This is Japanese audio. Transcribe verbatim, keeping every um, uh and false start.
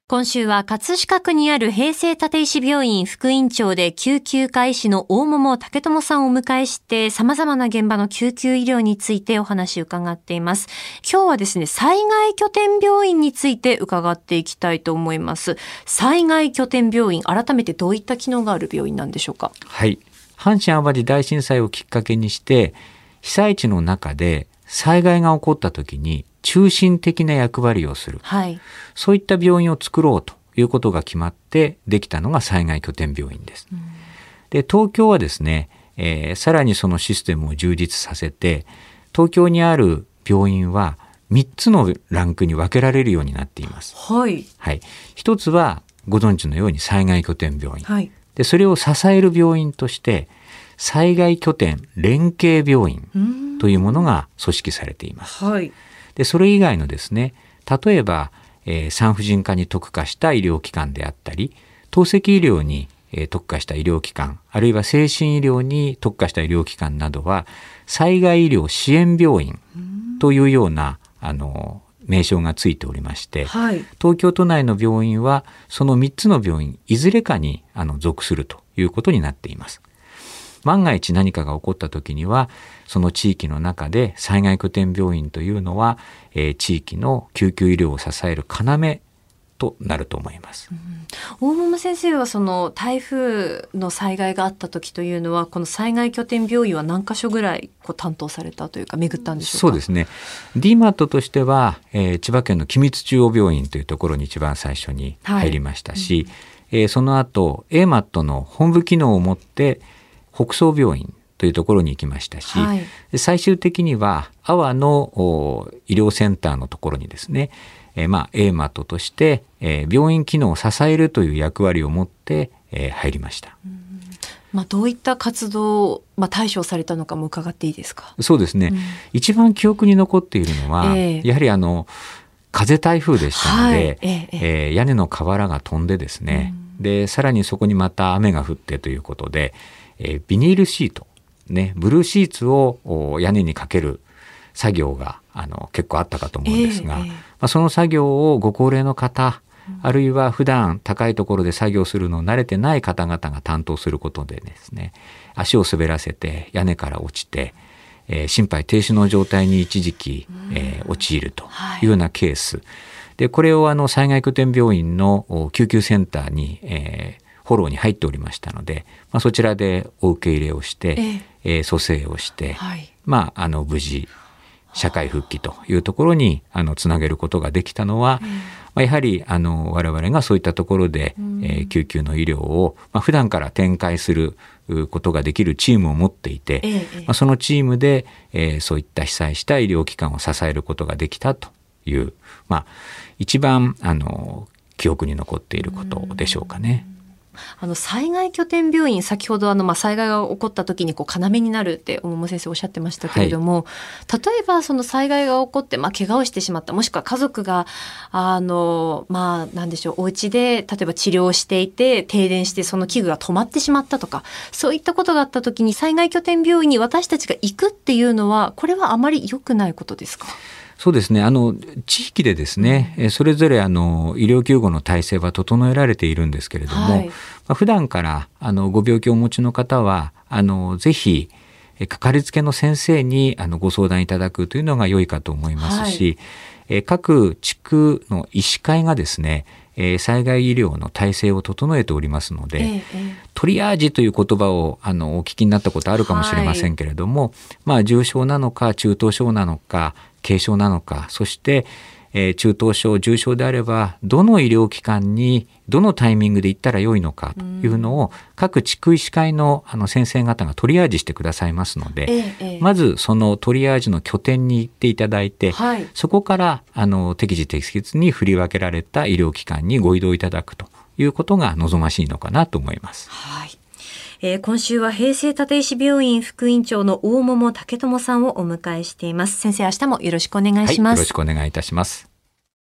今週は葛飾区にある平成立石病院副院長で救急科医師の大桃武智さんをお迎えして様々な現場の救急医療についてお話を伺っています。今日はですね、災害拠点病院について伺っていきたいと思います。災害拠点病院、改めてどういった機能がある病院なんでしょうか？ はい。阪神淡路大震災をきっかけにして被災地の中で災害が起こった時に中心的な役割をする、はい、そういった病院を作ろうということが決まってできたのが災害拠点病院です。うん、で、東京はですね、えー、さらにそのシステムを充実させて東京にある病院はみっつのランクに分けられるようになっています。 はい。 はい。一つはご存知のように災害拠点病院。 はい。 で、それを支える病院として災害拠点連携病院というものが組織されています。 はい。 で、それ以外のですね、例えば、えー、産婦人科に特化した医療機関であったり、透析医療に、えー、特化した医療機関、あるいは精神医療に特化した医療機関などは、災害医療支援病院というような、あの、名称がついておりまして、はい、東京都内の病院は、そのみっつの病院、いずれかにあの属するということになっています。万が一何かが起こった時にはその地域の中で災害拠点病院というのは、えー、地域の救急医療を支える要となると思います。 うん、大桃先生はその台風の災害があった時というのはこの災害拠点病院は何か所ぐらいこう担当されたというか巡ったんでしょうか？ そうですね。 ディーマット としては、えー、千葉県の君津中央病院というところに一番最初に入りましたし、はい、うん、えー、その後 エーマット の本部機能を持って北総病院というところに行きましたし、はい、最終的には阿波の医療センターのところにですね、えー、まあ エーマット として、えー、病院機能を支えるという役割を持って、えー、入りました。うん、 まあ、どういった活動を、まあ、対処されたのかも伺っていいですか？ そうですね、うん、一番記憶に残っているのは、えー、やはりあの風台風でしたので、はい、えーえー、屋根の瓦が飛んでですね、うん、でさらにそこにまた雨が降ってということで、えー、ビニールシート、ね、ブルーシーツを屋根にかける作業があの結構あったかと思うんですが、えーえーまあ、その作業をご高齢の方、うん、あるいは普段高いところで作業するのを慣れてない方々が担当することでですね、足を滑らせて屋根から落ちて、えー、心肺停止の状態に一時期、えー、陥るというようなケース、はい、でこれをあの災害拠点病院の救急センターに、えーフォローに入っておりましたので、まあ、そちらでお受け入れをして、えーえー、蘇生をして、はい、まあ、あの無事社会復帰というところにあのつなげることができたのは、うん、まあ、やはりあの我々がそういったところで、うん、えー、救急の医療を、まあ、普段から展開することができるチームを持っていて、ええ、まあ、そのチームで、えー、そういった被災した医療機関を支えることができたという、まあ、一番あの記憶に残っていることでしょうかね。 あの災害拠点病院、先ほどあのまあ災害が起こった時にこう要になるって大桃先生おっしゃってましたけれども、はい、例えばその災害が起こってまあ怪我をしてしまった、もしくは家族があのまあなんでしょう、お家で例えば治療をしていて停電してその器具が止まってしまったとか、そういったことがあった時に災害拠点病院に私たちが行くっていうのはこれはあまり良くないことですか？ そうですね。あの地域でですね、うん、それぞれあの医療救護の体制は整えられているんですけれども、はい、まあ、普段からあのご病気をお持ちの方はあのぜひかかりつけの先生にあのご相談いただくというのが良いかと思いますし、はい、各地区の医師会がですね、災害医療の体制を整えておりますので、ええ、トリアージという言葉をあのお聞きになったことあるかもしれませんけれども、はい、まあ、重症なのか中等症なのか軽症なのか、そして、えー、中等症重症であればどの医療機関にどのタイミングで行ったらよいのかというのを各地区医師会 の, あの先生方がトリアージしてくださいますので、ええ、まずそのトリアージの拠点に行っていただいて、はい、そこからあの適時適切に振り分けられた医療機関にご移動いただくということが望ましいのかなと思います。 はい、えー、今週は平成立石病院副院長の大桃武智さんをお迎えしています。先生、明日もよろしくお願いします。 はい、よろしくお願いいたします。